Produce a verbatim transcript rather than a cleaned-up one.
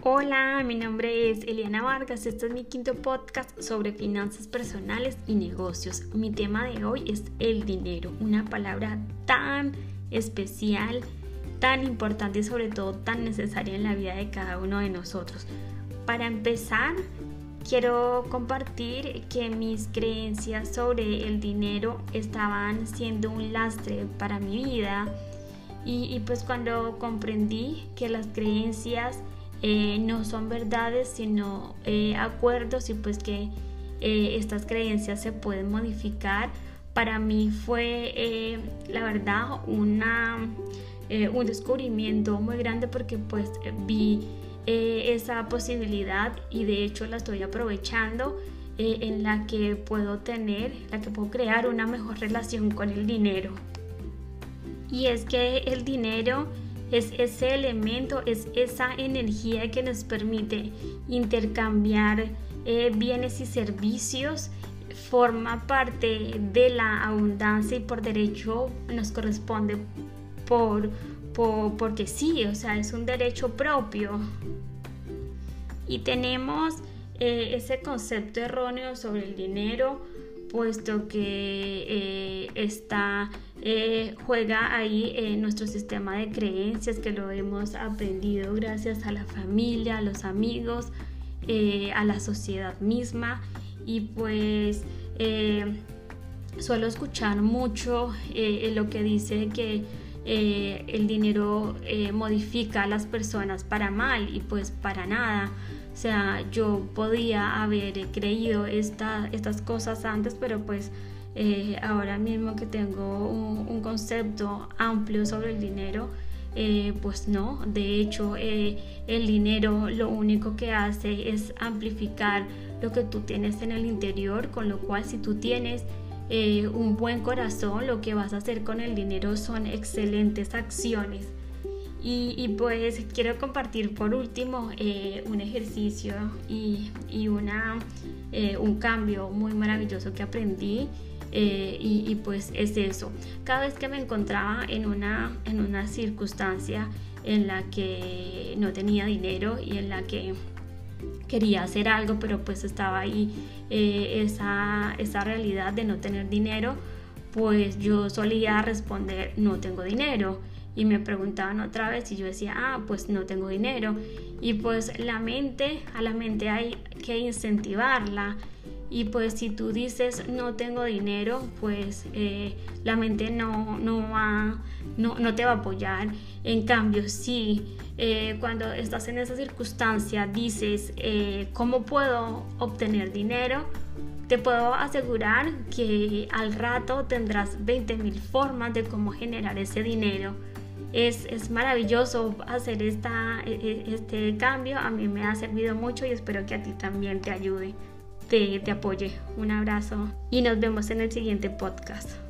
Hola, mi nombre es Eliana Vargas, este es mi quinto podcast sobre finanzas personales y negocios. Mi tema de hoy es el dinero, una palabra tan especial, tan importante y sobre todo tan necesaria en la vida de cada uno de nosotros. Para empezar, quiero compartir que mis creencias sobre el dinero estaban siendo un lastre para mi vida y, y pues cuando comprendí que las creencias Eh, no son verdades sino eh, acuerdos y pues que eh, estas creencias se pueden modificar, para mí fue eh, la verdad una, eh, un descubrimiento muy grande porque pues vi eh, esa posibilidad y de hecho la estoy aprovechando eh, en la que puedo tener, la que puedo crear una mejor relación con el dinero. Y es que el dinero es ese elemento, es esa energía que nos permite intercambiar eh, bienes y servicios, forma parte de la abundancia y por derecho nos corresponde por, por, porque sí, o sea, es un derecho propio. Y tenemos eh, ese concepto erróneo sobre el dinero, puesto que eh, está, eh, juega ahí en nuestro sistema de creencias que lo hemos aprendido gracias a la familia, a los amigos, eh, a la sociedad misma. Y pues eh, suelo escuchar mucho eh, lo que dice que eh, el dinero eh, modifica a las personas para mal, y pues para nada. O sea, yo podía haber creído esta, estas cosas antes, pero pues eh, ahora mismo que tengo un, un concepto amplio sobre el dinero, eh, pues no. De hecho, eh, el dinero lo único que hace es amplificar lo que tú tienes en el interior, con lo cual si tú tienes eh, un buen corazón, lo que vas a hacer con el dinero son excelentes acciones. Y, y pues quiero compartir por último eh, un ejercicio y, y una, eh, un cambio muy maravilloso que aprendí eh, y, y pues es eso. Cada vez que me encontraba en una, en una circunstancia en la que no tenía dinero y en la que quería hacer algo, pero pues estaba ahí eh, esa, esa realidad de no tener dinero, pues yo solía responder: no tengo dinero. Y me preguntaban otra vez y yo decía: ah, pues no tengo dinero. Y pues la mente, a la mente hay que incentivarla. Y pues si tú dices no tengo dinero, pues eh, la mente no, no, va, no, no te va a apoyar. En cambio, si eh, cuando estás en esa circunstancia dices eh, ¿cómo puedo obtener dinero?, te puedo asegurar que al rato tendrás veinte mil formas de cómo generar ese dinero. Es, es maravilloso hacer esta, este cambio. A mí me ha servido mucho y espero que a ti también te ayude, te, te apoye. Un abrazo y nos vemos en el siguiente podcast.